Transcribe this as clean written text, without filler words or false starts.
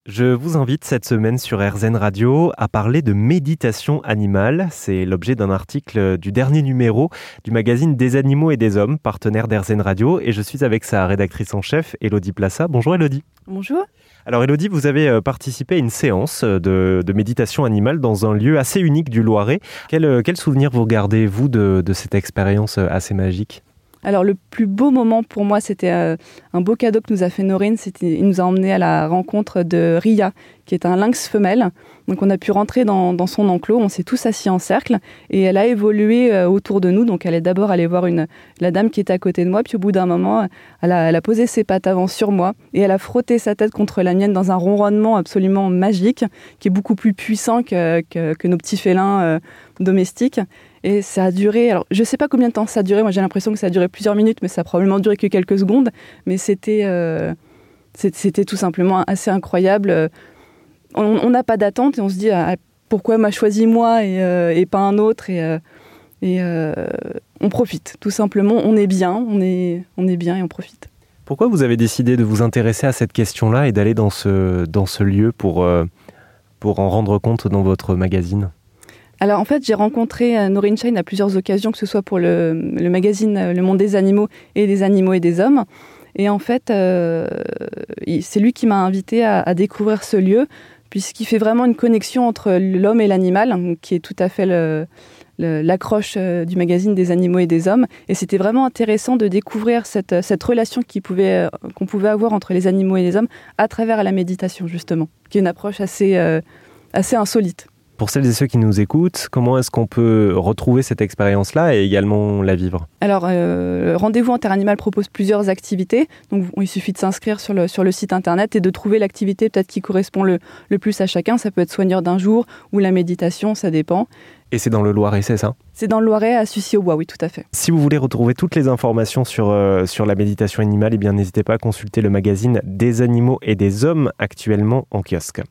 Je vous invite cette semaine sur RZN Radio à parler de méditation animale. C'est l'objet d'un article du dernier numéro du magazine Des animaux et des hommes, partenaire d'RZN Radio. Et je suis avec sa rédactrice en chef, Élodie Plassa. Bonjour Élodie. Bonjour. Alors Élodie, vous avez participé à une séance de méditation animale dans un lieu assez unique du Loiret. Quel souvenir vous gardez-vous de cette expérience assez magique ? Alors le plus beau moment pour moi, c'était un beau cadeau que nous a fait Norine. Il nous a emmenés à la rencontre de Ria, qui est un lynx femelle. Donc on a pu rentrer dans son enclos, on s'est tous assis en cercle et elle a évolué autour de nous. Donc elle est d'abord allée voir la dame qui était à côté de moi, puis au bout d'un moment, elle a posé ses pattes avant sur moi et elle a frotté sa tête contre la mienne dans un ronronnement absolument magique, qui est beaucoup plus puissant que nos petits félins domestiques. Et ça a duré, alors je ne sais pas combien de temps ça a duré, moi j'ai l'impression que ça a duré plusieurs minutes, mais ça a probablement duré que quelques secondes, mais c'était tout simplement assez incroyable. On n'a pas d'attente et on se dit pourquoi m'a choisi moi et pas un autre, et on profite, tout simplement, on est bien et on profite. Pourquoi vous avez décidé de vous intéresser à cette question-là et d'aller dans ce lieu pour en rendre compte dans votre magazine ? Alors en fait, j'ai rencontré Norine Shine à plusieurs occasions, que ce soit pour le magazine Le Monde des Animaux et des Animaux et des Hommes. Et en fait, c'est lui qui m'a invité à découvrir ce lieu, puisqu'il fait vraiment une connexion entre l'homme et l'animal, qui est tout à fait l'accroche du magazine des Animaux et des Hommes. Et c'était vraiment intéressant de découvrir cette relation qu'on pouvait avoir entre les animaux et les hommes à travers la méditation, justement, qui est une approche assez insolite. Pour celles et ceux qui nous écoutent, comment est-ce qu'on peut retrouver cette expérience-là et également la vivre ? Alors, Rendez-vous Interanimal propose plusieurs activités. Donc, il suffit de s'inscrire sur le site internet et de trouver l'activité peut-être qui correspond le plus à chacun. Ça peut être soigneur d'un jour ou la méditation, ça dépend. Et c'est dans le Loiret, c'est ça ? C'est dans le Loiret, à Sucy-au-Bois, oui, tout à fait. Si vous voulez retrouver toutes les informations sur la méditation animale, eh bien, n'hésitez pas à consulter le magazine Des animaux et des hommes actuellement en kiosque.